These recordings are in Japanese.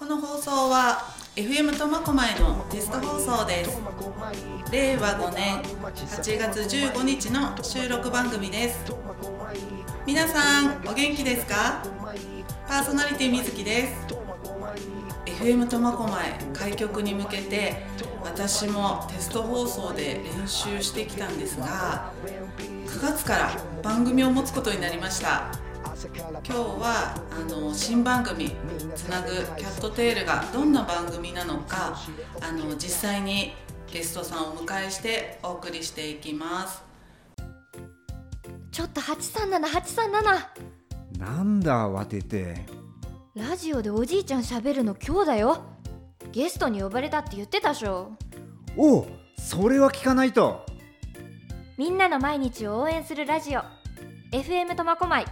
の放送は FM 苫小牧のテスト放送です。令和5年8月15日の収録番組です。皆さんお元気ですか？パーソナリティみずきです。 FM 苫小牧開局に向けて私もテスト放送で練習してきたんですが、9月から番組を持つことになりました。今日は新番組つなぐキャットテールがどんな番組なのか実際にゲストさんをお迎えしてお送りしていきます。 ちょっと837 なんだ慌てて。 ラジオでおじいちゃん喋るの今日だよ。ゲストに呼ばれたって言ってたしょ。 おう、それは聞かないと。 みんなの毎日を応援するラジオ FM 苫小牧。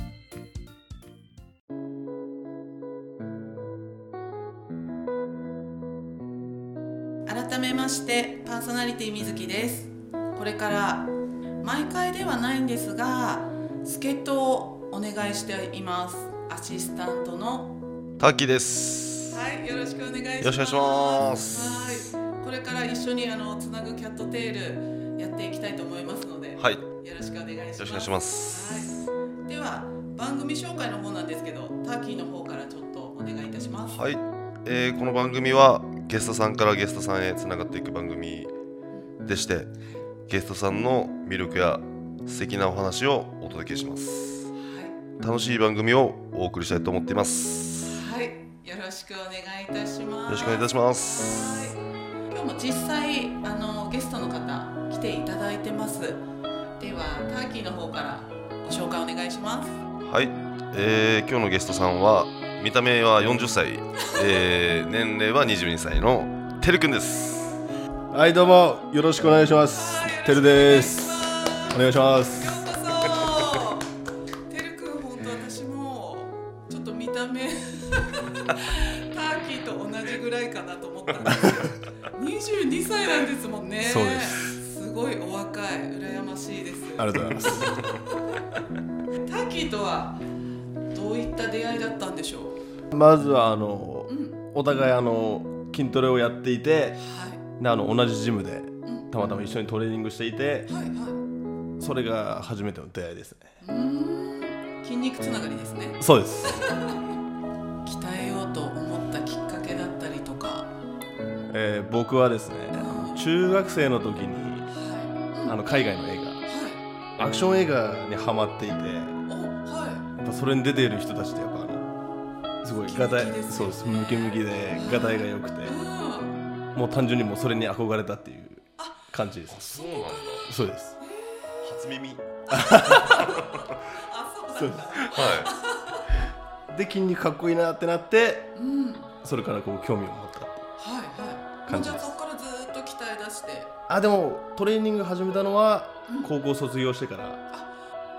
改めましてパーソナリティみずきです。これから毎回ではないんですが助っ人をお願いしています。アシスタントのタッキーです。 はい、よろしくお願いします。 よろしくお願いします。 はい、これから一緒につなぐキャットテールやっていきたいと思いますので、 はい、 よろしくお願いします。 よろしくお願いします。 はい、では番組紹介の方なんですけど、タッキーの方からちょっとお願いいたします。 はい、この番組はゲストさんからゲストさんへつながっていく番組でして、ゲストさんの魅力や素敵なお話をお届けします。楽しい番組をお送りしたいと思っています。 はい、よろしくお願いいたします。 よろしくお願いいたします。 今日も実際ゲストの方来ていただいてます。ではターキーの方からご紹介お願いします。 はい、今日のゲストさんは見た目は40歳、年齢は22歳のてるくんです。 はい、どうもよろしくお願いします。てるです。お願いします。 22歳なんですもんね。 そうです。 すごいお若い、羨ましいです。 ありがとうございます。 ターキーとはどういった出会いだったんでしょう？ まずはお互い筋トレをやっていて、はい、で同じジムでたまたま一緒にトレーニングしていて、はいはい、それが初めての出会いですね。 筋肉つながりですね。 そうです。 鍛えようと思ったきっかけだったりとか。 僕はですね、中学生の時に、海外の映画、アクション映画にハマっていて、やっぱそれに出ている人たちってやっぱすごいガタイ、そうです、ムキムキでガタイが良くて、もう単純にもうそれに憧れたっていう感じです。 そうなんだ。 そうです。 初耳。 そうなんだ。 はい。 で筋肉かっこいいなってなって、それからこう興味を持ったっていう感じです。 じゃあそこからずっと鍛え出して。 でもトレーニング始めたのは高校卒業してから、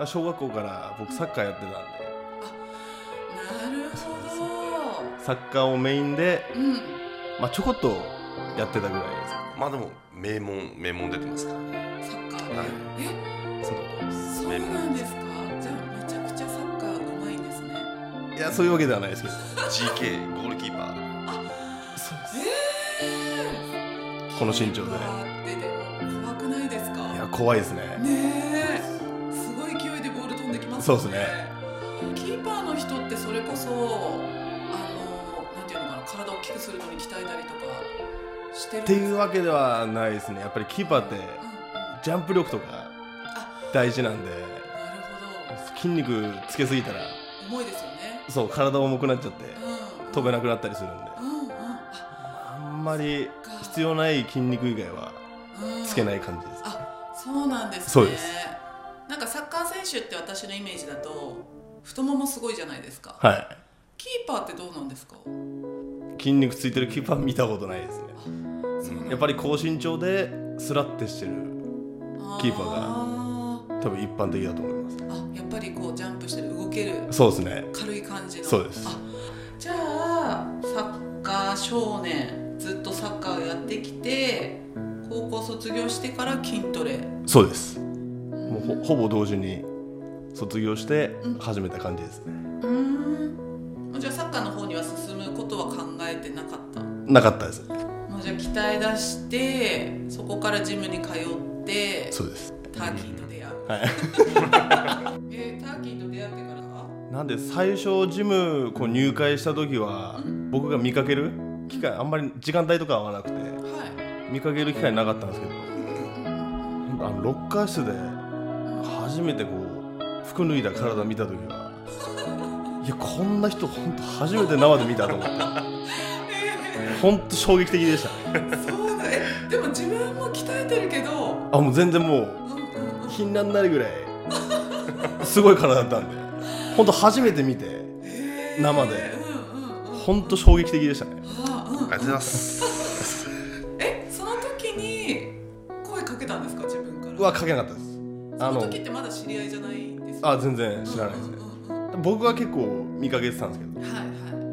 小学校から僕サッカーやってたんで。 なるほど。 サッカーをメインで、ちょこっとやってたぐらいです。 まあでも名門出てますからね。 サッカーで。 はい、 そうなんですか。じゃあめちゃくちゃサッカー上手いんですね。 いや、そういうわけではないですけど。 GK ゴールキーパー。 そうです。この身長で。 怖くないですか？ いや、怖いですね。 ねえ、すごい勢いでボール飛んできますよね。 そうですね。 キーパーの人ってそれこそなんていうのかな、体を大きくするのに鍛えたりとかしてるんですか？ っていうわけではないですね。やっぱりキーパーってジャンプ力とか大事なんで。なるほど。筋肉つけすぎたら重いですよね。そう、 体重くなっちゃって、飛べなくなったりするんで、あんまり必要ない筋肉以外はつけない感じです。 そうなんですね。 そうです。 なんかサッカー選手って私のイメージだと太ももすごいじゃないですか。 はい。 キーパーってどうなんですか？ 筋肉ついてるキーパー見たことないですね。やっぱり高身長でスラッてしてるキーパーが多分一般的だと思います。 やっぱりこうジャンプしてる、動ける。 そうですね。 軽い感じの。 そうです。 じゃあサッカー少年、ずっとサッカーをやってきて高校卒業してから筋トレ。 そうです。もうほぼ同時に卒業して始めた感じですね。 じゃあサッカーの方には進むことは考えなかったです。 もうじゃあ鍛え出してそこからジムに通ってそうです。 ターキーと出会う、 はいターキーと出会ってからかなんで最初ジムこう入会した時は、僕が見かける機会あんまり時間帯とか合わなくて、見かける機会なかったんですけど、ロッカー室で初めてこう服脱いだ体見た時はいやこんな人本当初めて生で見たと思って本当衝撃的でしたね。 そうだでも自分も鍛えてるけどもう全然もう品なんなるぐらいすごい体だったんで本当初めて見て生で本当衝撃的でしたね。 ありがとうございます。 その時に声かけたんですか自分から？ はかけなかったです。 その時ってまだ知り合いじゃないんですか？ 全然知らないですね。僕は結構見かけてたんですけど、 はいはい、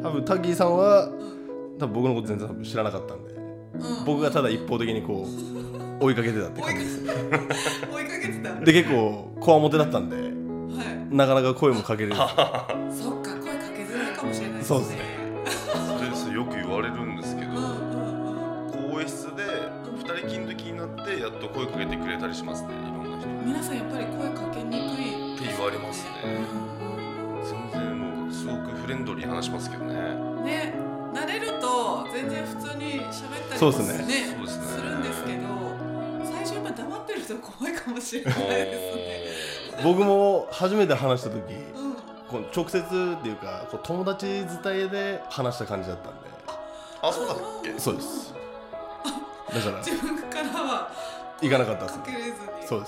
多分タッキーさんは多分僕のこと全然多分知らなかったんで、僕がただ一方的にこう追いかけてたって感じですね。 追いかけてたで結構こわもてだったんで、なかなか声もかけれる。 そっか、声かけづらいかもしれないですね。 そうですね。 それよく言われるんですけど、更衣室で2人きりの時になってやっと声かけてくれたりしますね。いろんな人皆さんやっぱり声かけにくいって言われますね。全然もうすごくフレンドリーに話しますけどね。 ね、慣れると全然普通に喋ったりそうですねするんですけど、最初やっぱ黙ってると怖いかもしれないですね。 僕も初めて話した時、こう直接っていうかこう友達伝えで話した感じだったんで。 あ、そうだっけ？ そうです。だから自分からは行かなかったですね。 かけれずに。 そうです。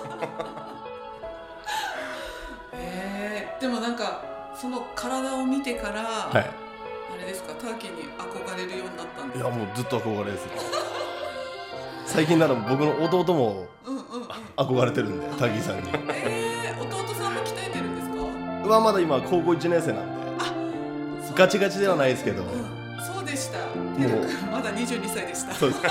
でもなんかその体を見てから、 はい、 あれですか、ターキーに憧れるようになったんですか？ いやもうずっと憧れですよ。最近なら僕の弟も憧れてるんで、ターキーさんに。 弟さんも鍛えてるんですか？ まだ今高校1年生なんで、ガチガチではないですけど、 そうでした。 もうまだ22歳でした。 そうです。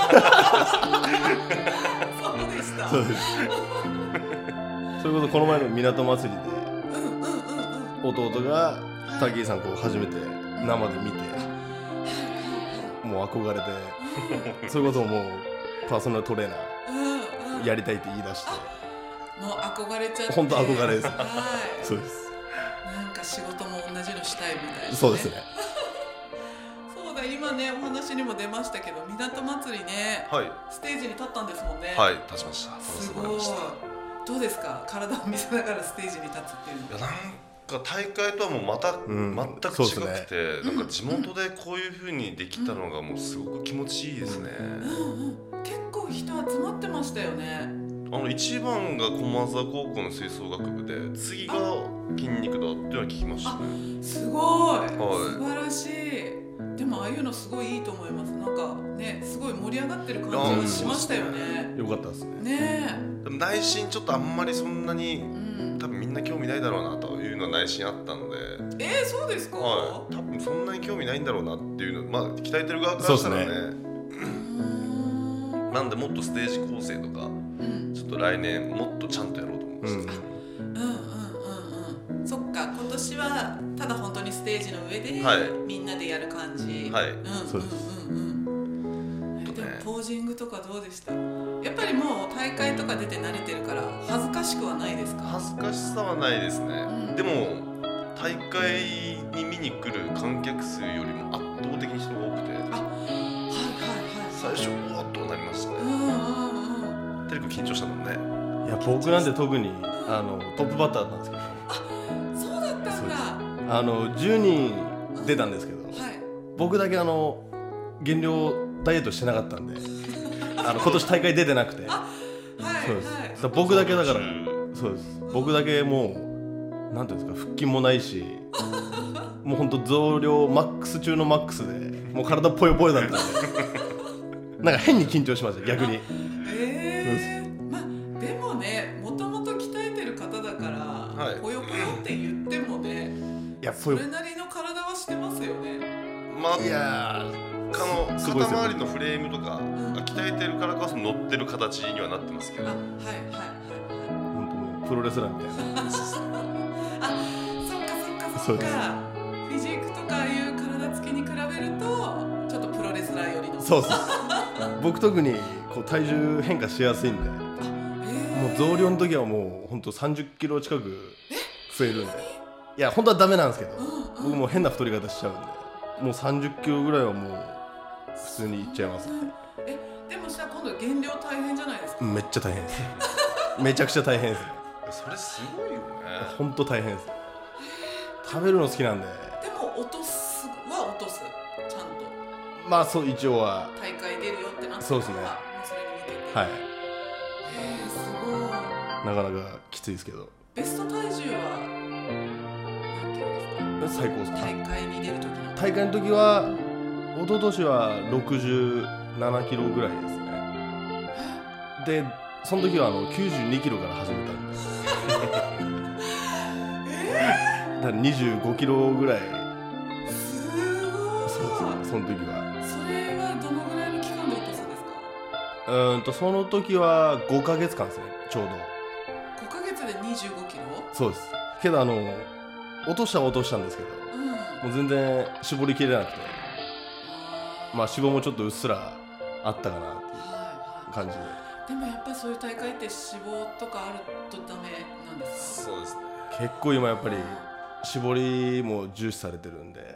そうでした。 そうです。それこそこの前の港祭りで弟がターキーさんこう初めて生で見て、もう憧れて、それこそもうパーソナルトレーナーやりたいって言い出して、 もう憧れちゃって。 本当憧れです。 はい。 そうです。 なんか仕事も同じのしたいみたいな、ね。 そうですね。 そうだ、今ねお話にも出ましたけど、港祭りね、ステージに立ったんですもんね。 はい、立ちました。 すごい。どうですか、体を見せながらステージに立つっていうのは。 いや、なんか大会とはもう全く違くて、なんか地元でこういう風にできたのがもうすごく気持ちいいですね。 結構人集まってましたよね。 1番が駒沢高校の吹奏楽部で、次が筋肉だっていうのは聞きましたね。 すごい、 はい、 素晴らしい。でもああいうのすごいいいと思います。なんかね、すごい盛り上がってる感じがしましたよね。 よかったですね。 ねえ。でも内心ちょっとあんまりそんなに、多分みんな興味ないだろうなというのは内心あったので。 そうですか？ はい。多分そんなに興味ないんだろうなっていうの、まあ鍛えてる側からしたらね。なんでもっとステージ構成とか、ちょっと来年もっとちゃんとやろうと思いました。 そっか、今年はただ本当にステージの上で、みんなでやる感じ。 はい。 そうです。 でもポージングとかどうでした？やっぱりもう大会とか出て慣れてるから恥ずかしくはないですか？ 恥ずかしさはないですね。でも大会に見に来る観客数よりも圧倒的に人が多くて、最初うわっとなりましたね。テレビ緊張したもんね。 いや、僕なんて特にトップバッターだったんですけど。 そうだったんだ。 10人出たんですけど、僕だけ減量ダイエットしてなかったんで、今年大会出てなくて、そうです。僕だけだから、そうです。僕だけもうなんていうんですか、腹筋もないし、もう本当増量マックス中のマックスで、もう体ぽよぽよだったんで、なんか変に緊張しました逆に。 まあでもね、もともと鍛えてる方だから、ぽよぽよって言ってもね、それなりの体はしてますよね。 まあ、いや肩周りのフレームとか鍛えてるからこそ乗ってる形にはなってますけど、 本当にプロレスラーみたいな。 そっか。フィジークとかいう体つきに比べるとちょっとプロレスララよりの。 そうそう僕特にこう体重変化しやすいんで、もう増量の時はもうほんと30キロ近く増えるんで、いや本当はダメなんですけど、僕もう変な太り方しちゃうんで、もう30キロぐらいはもう普通にいっちゃいますね。 でもさ、今度減量大変じゃないですか。 めっちゃ大変ですめちゃくちゃ大変です。 それすごいよね。 本当大変です。食べるの好きなんで。 でも落とすは落とす、ちゃんとまあそう一応は大会出るよってなってそうですね。 もうそれに向けて。 はい。 すごい。 なかなかきついですけど。 ベスト体重は何キロですか？ 最高ですか？ 大会に出る時の。 大会の時は一昨年は67キロぐらいですね。でその時は92キロから始めたんでだから25キロぐらい。 すごい。 その時は。 それはどのぐらいの期間で落とすんですか？ その時は5ヶ月間ですね、ちょうど。 5ヶ月で25キロ？ そうです。けど落としたんですけど、もう全然絞りきれなくて、まあ脂肪もちょっとうっすらあったかなっていう感じで。 でもやっぱりそういう大会って脂肪とかあるとダメなんですか？ そうですね。 結構今やっぱり絞りも重視されてるんで、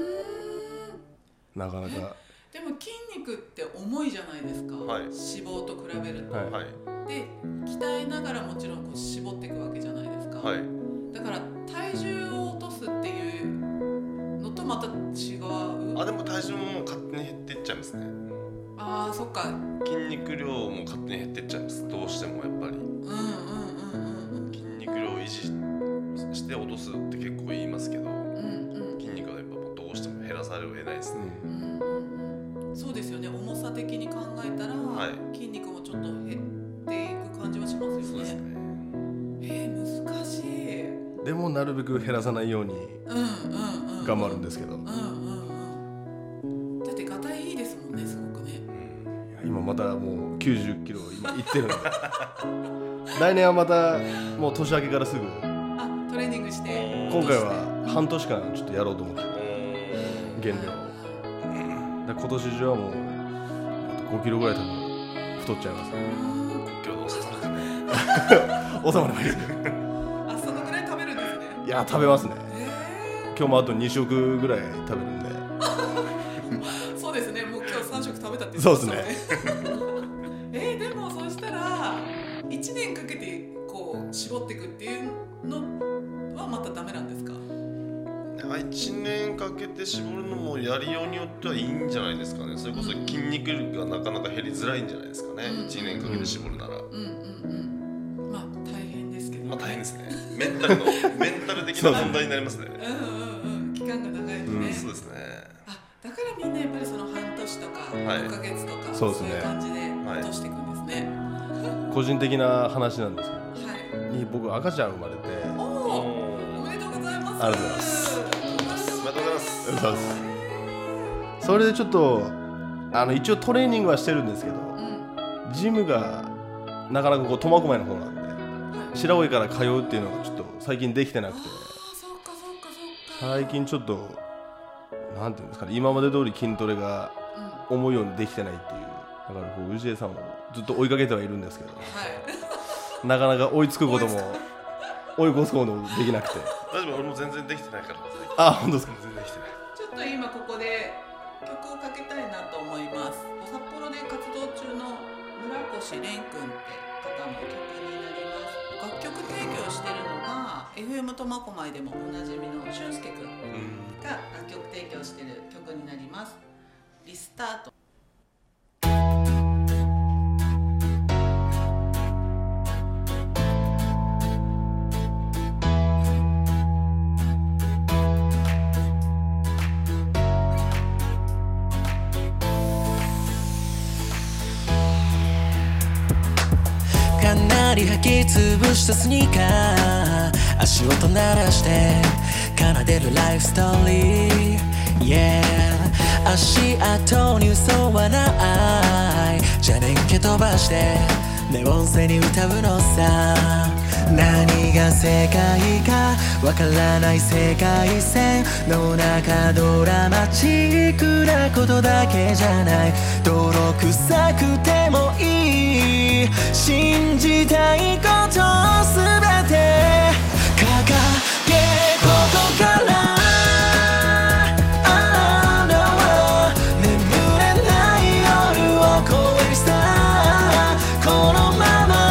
なかなか。 でも筋肉って重いじゃないですか、 はい、 脂肪と比べると、 はい、 で鍛えながらもちろんこう絞っていくわけじゃないですか、 はい、 だから体重を落とすっていうのとまた違う。 でも体重も勝手に減っていっちゃいますね。 そっか。 筋肉量も勝手に減っていっちゃいます。どうしてもやっぱり筋肉量を維持して落とすって結構言いますけど、筋肉はやっぱどうしても減らされるを得ないですね。 そうですよね。重さ的に考えたら、筋肉もちょっと減っていく感じはしますよね。 そうですね。 難しい。 でもなるべく減らさないように頑張るんですけど、 だってガタイいいですもんね、すごくね。 今またもう90キロ今いってるんで来年はまたもう年明けからすぐトレーニングして、 今回は半年間ちょっとやろうと思って減量で、今年中はもう5キロぐらい多分太っちゃいますね。 5キロで収まるかね収まればいいそのぐらい食べるんですね。 いや食べますね。今日もあと2食ぐらい食べるんでそうですね。もう今日3食食べたって言ってましたね。 そうですねでもそうしたら1年かけてこう絞っていくっていうのはまたダメなんですか ？1年かけて絞るのもやりようによってはいいんじゃないですかね。それこそ筋肉がなかなか減りづらいんじゃないですかね。1年かけて絞るなら。 まあ大変ですけど、ね。 大変ですね。メンタル的な問題になりますね。 期間が長いとね。 そうですね。 だからみんなやっぱりその半年とか5ヶ月とか、 そうですね、 そういう感じで落としていくんですね。 個人的な話なんですけど、に僕赤ちゃん生まれて、 おめでとうございます。 ありがとうございます。 おめでとうございます。 それでちょっと一応トレーニングはしてるんですけど、ジムがなかなかこう苫小牧の方なんで、白老から通うっていうのがちょっと最近できてなくて、最近ちょっとなんていうんですかね、今まで通り筋トレが思うようにできてないっていう、だからこう氏家さんをずっと追いかけてはいるんですけど、なかなか追いつくことも追い越すこともできなくて。 大丈夫、俺も全然できてないから。 本当ですか？ 全然できてない。 ちょっと今ここで曲をかけたいなと思います。札幌で活動中の村越蓮君って方の曲になります。楽曲提供してるのが FM 苫小牧でもおなじみの俊介君が楽曲提供してる曲になります。リスタート。 かなり履き潰したスニーカー、足音鳴らして奏でるライフストーリー、yeah、 足跡に嘘はない、じゃねんけ飛ばしてネオン線に歌うのさ、 何が正解かわからない世界線の中、ドラマチックなことだけじゃない、泥臭くてもいい、信じたいことすべて掲げ、ここからあなたは眠れない夜を越えるさ、このまま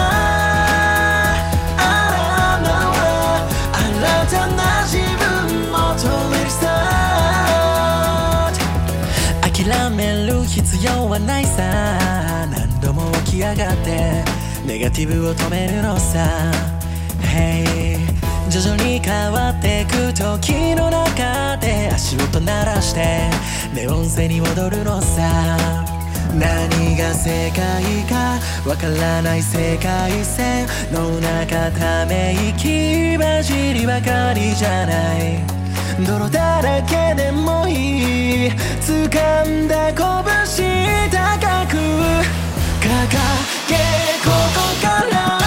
あなたは新たな自分求めるさ、諦める必要はないさ、何度も起き上がってネガティブを止めるのさ、Hey、徐々に変わってく時の中で足音鳴らしてネオン星に踊るのさ、何が正解かわからない世界線の中、ため息混じりばかりじゃない、泥だらけでもいい、掴んだ拳高く掲げ、ここから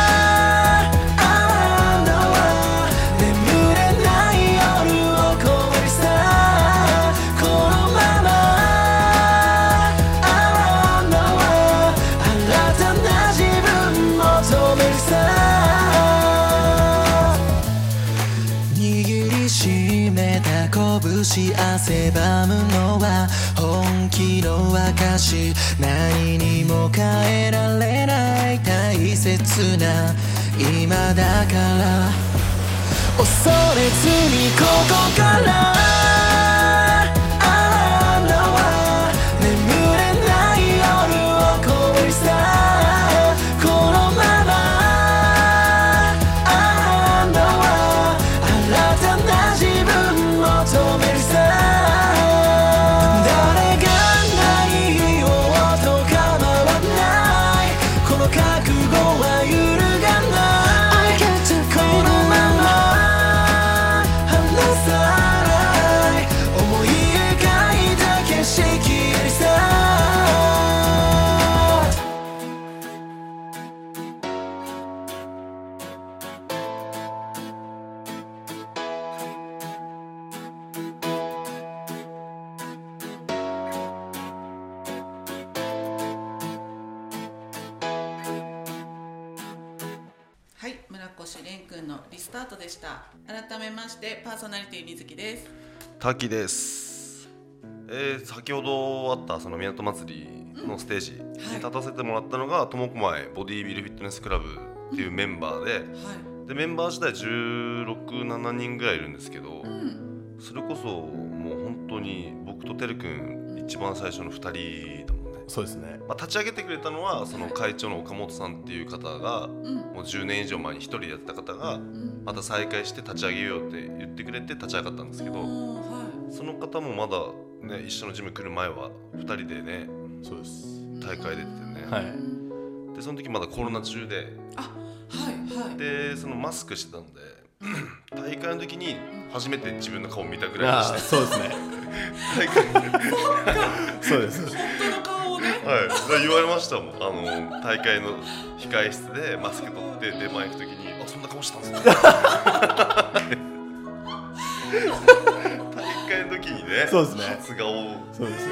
汗ばむのは本気の証、何にも変えられない大切な今だから、恐れずにここからあなたは眠れない夜を越えるさ、このままあなたは新たな自分求めるさ、 はい、村越蓮くんのリスタートでした。改めましてパーソナリティ水木です。 滝です。先ほどあったその港祭りのステージに立たせてもらったのが苫小牧ボディビルフィットネスクラブっていうメンバーで、でメンバー自体16、7人ぐらいいるんですけど、それこそもう本当に僕とてるくん一番最初の2人だもんね。 そうですね。 立ち上げてくれたのはその会長の岡本さんっていう方が、もう10年以上前に1人でやってた方がまた再開して立ち上げようって言ってくれて立ち上がったんですけど、その方もまだね一緒のジム来る前は2人でね、 そうです大会出ててね、 はい、 でその時まだコロナ中で、でそのマスクしてたので大会の時に初めて自分の顔見たぐらいでした。 そうですね大会そうです。 本当の顔をね、 言われましたもん。大会の控え室でマスク取って出前行く時に、そんな顔してたんですね大会の時にね、 そうですね、 初顔を見るってね。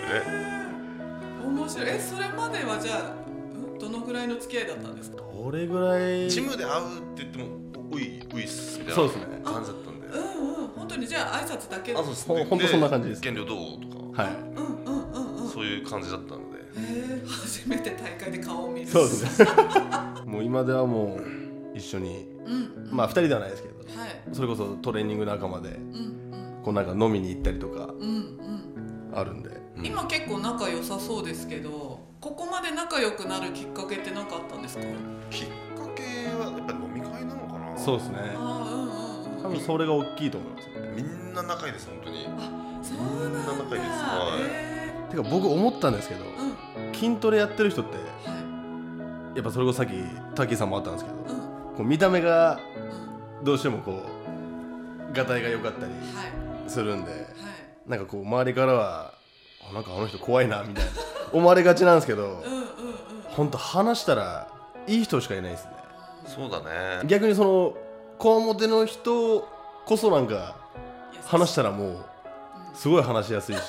面白い。それまではじゃあどのぐらいの付き合いだったんですか？ どれぐらいジムで会うって言ってもういっすみたいなそうですね感じだったんで、 本当にじゃあ挨拶だけで。 そうですね。 本当そんな感じです。 減量どうとか、 はい、 そういう感じだったので、 初めて大会で顔を見る。 そうですねもう今ではもう一緒に、まあ2人ではないですけど、それこそトレーニング仲間で、こうなんか飲みに行ったりとかあるんで、 今結構仲良さそうですけど、ここまで仲良くなるきっかけって何かあったんですか？ きっかけはやっぱり飲み会なのかな。 そうですね。多分それが大きいと思いますね。 みんな仲いいです、本当に。 そうなんだ。 みんな仲いいです。はい。 てか僕思ったんですけど、筋トレやってる人って、やっぱそれこそさっきタッキーさんもあったんですけど、こう見た目がどうしてもこうガタイが良かったりするんで、なんかこう周りからはなんかあの人怖いなみたいな思われがちなんですけど、本当話したらいい人しかいないですね。 そうだね。 逆にそのこわもての人こそなんか話したらもうすごい話しやすいし、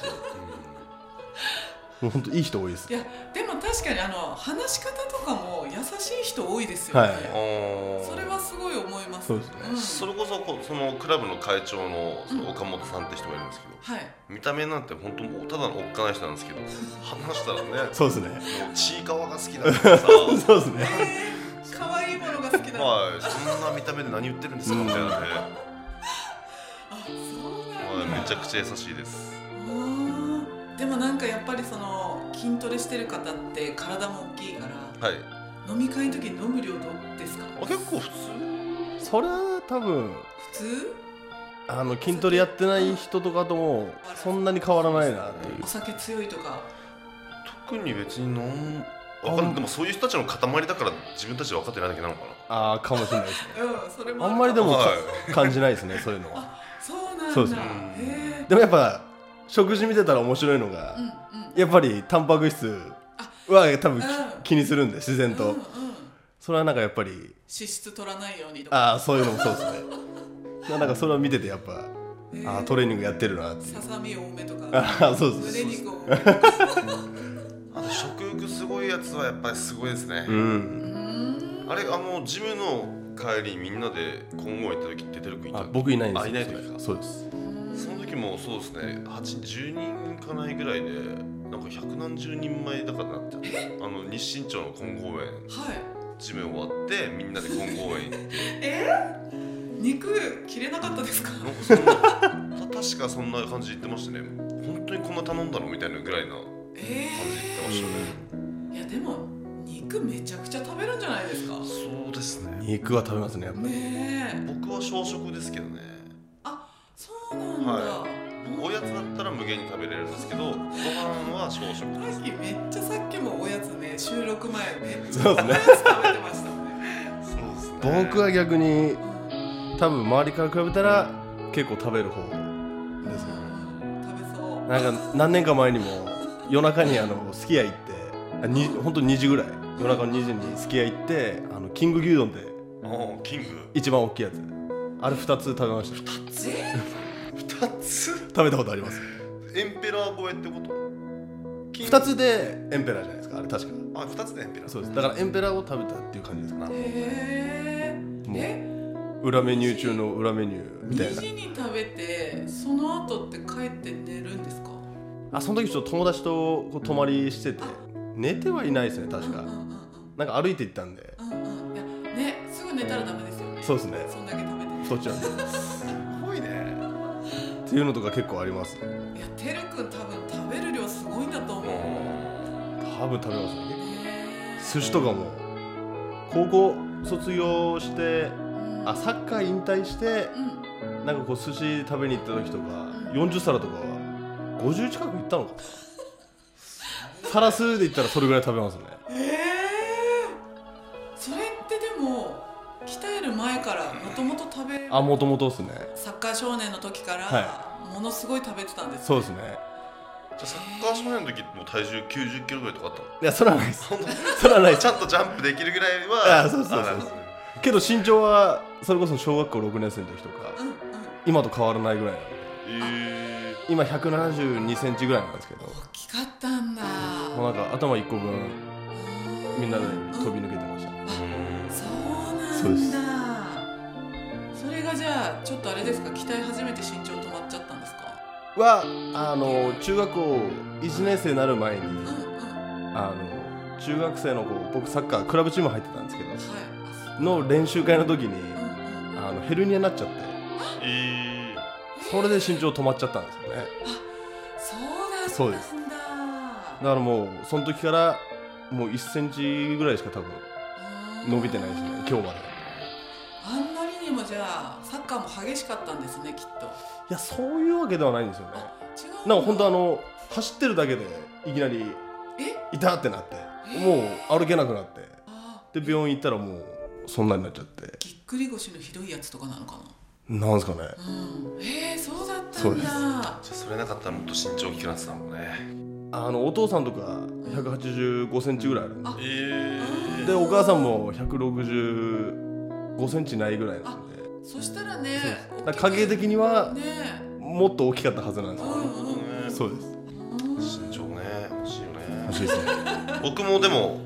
もうほんといい人多いです。 いやでも確かに話し方とかも優しい人多いですよね、 はい、 それはすごい思います。 そうですね、 それこそそのクラブの会長の岡本さんって人がいるんですけど、 はい、 見た目なんて本当もうただのおっかない人なんですけど、話したらね、 そうですね、 もうちいかわが好きだからさそうですね、 可愛いものが好きだ。 はい、そんな見た目で何言ってるんですかみたいなね。 あ、そうなんだ。 めちゃくちゃ優しいです。 でもなんかやっぱりその筋トレしてる方って体も大きいから、 はい、 飲み会の時に飲む量どうですか？ 結構普通。 それは多分普通？ 筋トレやってない人とかともそんなに変わらないなっていう。 お酒強いとか特に別にわかんない。でもそういう人たちの塊だから自分たちで分かってないだけなのかな。 ああ、かもしれないですね。 それもあんまりでも、 はい、 感じないですね、そういうのは。 あ、そうなんだ。 そうですね。でもやっぱ食事見てたら面白いのが、やっぱりタンパク質は多分気にするんで、自然と、それはなんかやっぱり脂質取らないようにとか、 そういうのもそうですね。なんかそれを見ててやっぱトレーニングやってるなって。 ささみ多めとか、 そうです。 胸肉多め。 食欲すごいやつはやっぱりすごいですね。あれジムの帰りみんなで今後行った時出てる子いた？ 僕いないんですよ。 いない時か。 そうです。 その時もそうですね、10人いかないぐらいでなんか百何十人前だからなって、日清町の金剛園、はい、ジム終わってみんなで金剛園行って肉切れなかったですか？ 確かそんな感じで言ってましたね。本当にこんな頼んだのみたいなぐらいな感じで言ってましたね。 いやでも肉めちゃくちゃ食べるんじゃないですか？ そうですね、 肉は食べますね、やっぱり。 僕は小食ですけどね。 あ、そうなんだ、 はい、おやつだったら無限に食べれるんですけど、ご飯は小食です。 めっちゃさっきもおやつね、収録前めっちゃそうですね、 おやつ食べてましたもんね。 そうですね。 僕は逆に多分周りから比べたら結構食べる方ですね。 食べそう。 なんか何年か前にも夜中にすき家行って本当に2時ぐらい、夜中の2時にすき家行ってキング牛丼でキング一番大きいやつ、あれ2つ食べました。 2つ食べたことあります。 エンペラー超えってこと？ 2つでエンペラーじゃないですか、あれ確か。 2つでエンペラー。 そうです。だからエンペラーを食べたっていう感じですか。もう裏メニュー中の裏メニューみたいな。 2時に食べてその後って帰って寝るんですか？ その時ちょっと友達と泊まりしてて、寝てはいないですね、確か。なんか歩いて行ったんで。 いやね、すぐ寝たらダメですよね。 そうですね。 そんだけ食べて太っちゃうんで。 すごいね。 っていうのとか結構ありますね。 いや、てるくん多分食べる量すごいんだと思う。 多分食べますね。寿司とかも高校卒業して、サッカー引退して、なんかこう寿司食べに行った時とか、40皿とか50近く行ったのかな。皿数で言ったらそれぐらい食べますね。 それってでも鍛える前からもともと食べる？ もともとですね。 サッカー少年の時からものすごい食べてたんですね。 そうですね。 じゃあサッカー少年の時も体重90キロぐらいとかあったの？ いや、それはないです。それはないです。 ちゃんとジャンプできるぐらいは。 そうけど身長はそれこそ小学校6年生の時とか、今と変わらないぐらいなんで、今172センチぐらいなんですけど。 大きかったんだ。 もうなんか頭1個分みんなで飛び抜けてました。 そうなんだ。それがじゃあちょっとあれですか、鍛え始めて身長止まっちゃったんですか？ 中学校1年生になる前に、中学生の子、僕サッカークラブチーム入ってたんですけど、の練習会の時に、ヘルニアになっちゃって、それで身長止まっちゃったんですよね。そうだったんだ。だからもうその時からもう1センチぐらいしか多分伸びてないですね、今日まで。 あんまりにもじゃあサッカーも激しかったんですね、きっと。 いや、そういうわけではないんですよね。 違う。 なんか本当走ってるだけでいきなり痛ってなって、もう歩けなくなって、で病院行ったらもうそんなになっちゃって。 ぎっくり腰のひどいやつとかなのかな。 なんですかね。 そうだったんだ。じゃあそれなかったらもっと身長大きくなってたもんね。 お父さんとか185センチぐらいあるんで、 でお母さんも160 5センチないぐらいなんで、 そしたらね、 だから影的にはねもっと大きかったはずなんですよ、そうです。 身長ね欲しいよね。 欲しいですね。 僕もでも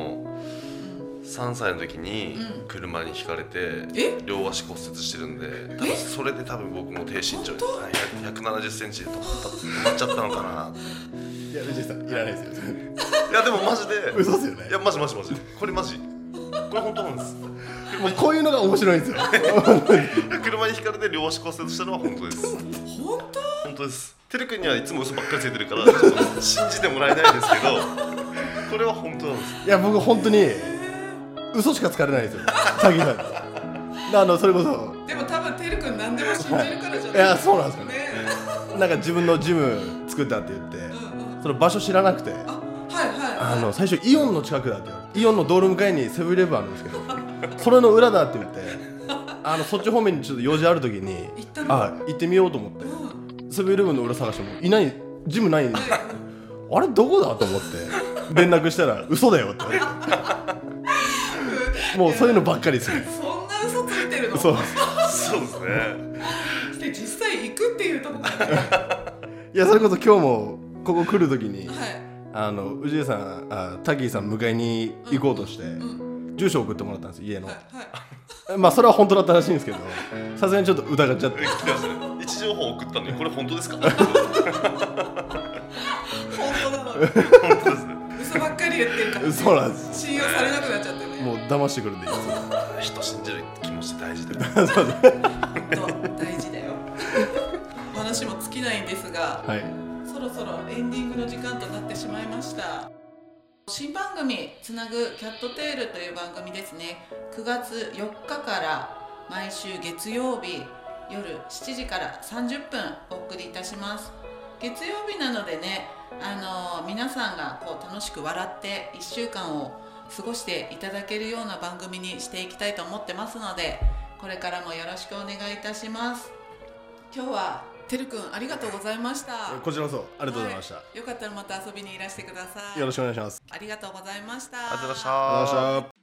3歳の時に車にひかれて両足骨折してるんで、多分それで僕も低身長に170センチで止まっちゃったのかな。 いや、藤井さんいらないですよ。 いやでもマジで嘘ですよね。 いやマジこれマジこれ本当なんです。 もうこういうのが面白いんですよ。 車にひかれて両足骨折したのは本当です。本当です。てるくんにはいつも嘘ばっかりついてるからちょっと信じてもらえないですけど、これは本当なんです。 いや、僕本当に嘘しかつかれないですよ、タギさんに。それこそでも多分てるくん何でも信じるからじゃない。 いや、そうなんですよね。なんか自分のジム作ったって言って、その場所知らなくて、最初イオンの近くだって言われて、イオンの道路向かいにセブンイレブンあるんですけど、それの裏だって言って、そっち方面にちょっと用事ある時に行ってみようと思って、セブンイレブンの裏探してもいない、ジムないんで、あれどこだと思って連絡したら嘘だよって言われて。もうそういうのばっかりですね。 そんな嘘ついてるの？ そうですね。 で実際行くっていうところからね。 いや、それこそ今日もここ来る時に、氏家さん、タギーさん迎えに行こうとして、住所送ってもらったんです、家の。まあそれは本当だったらしいんですけど、さすがにちょっと疑っちゃって。 位置情報送ったのにこれ本当ですか？ 本当なの。本当ですね。嘘ばっかり言ってるから、 そうなんです。 信用されなくなっちゃってね。 もう騙してくるんでいいですよ。 人信じる気持ち大事だよ。 本当大事だよ。話も尽きないんですが、そろそろエンディングの時間となってしまいました。新番組つなぐキャットテールという番組ですね。9月4日から毎週月曜日夜7時から30分お送りいたします。月曜日なのでね、皆さんが楽しく笑って1週間を過ごしていただけるような番組にしていきたいと思ってますので、これからもよろしくお願いいたします。今日はてるくんありがとうございました。 こちらこそありがとうございました。 よかったらまた遊びにいらしてください。 よろしくお願いします。 ありがとうございました。 ありがとうございました。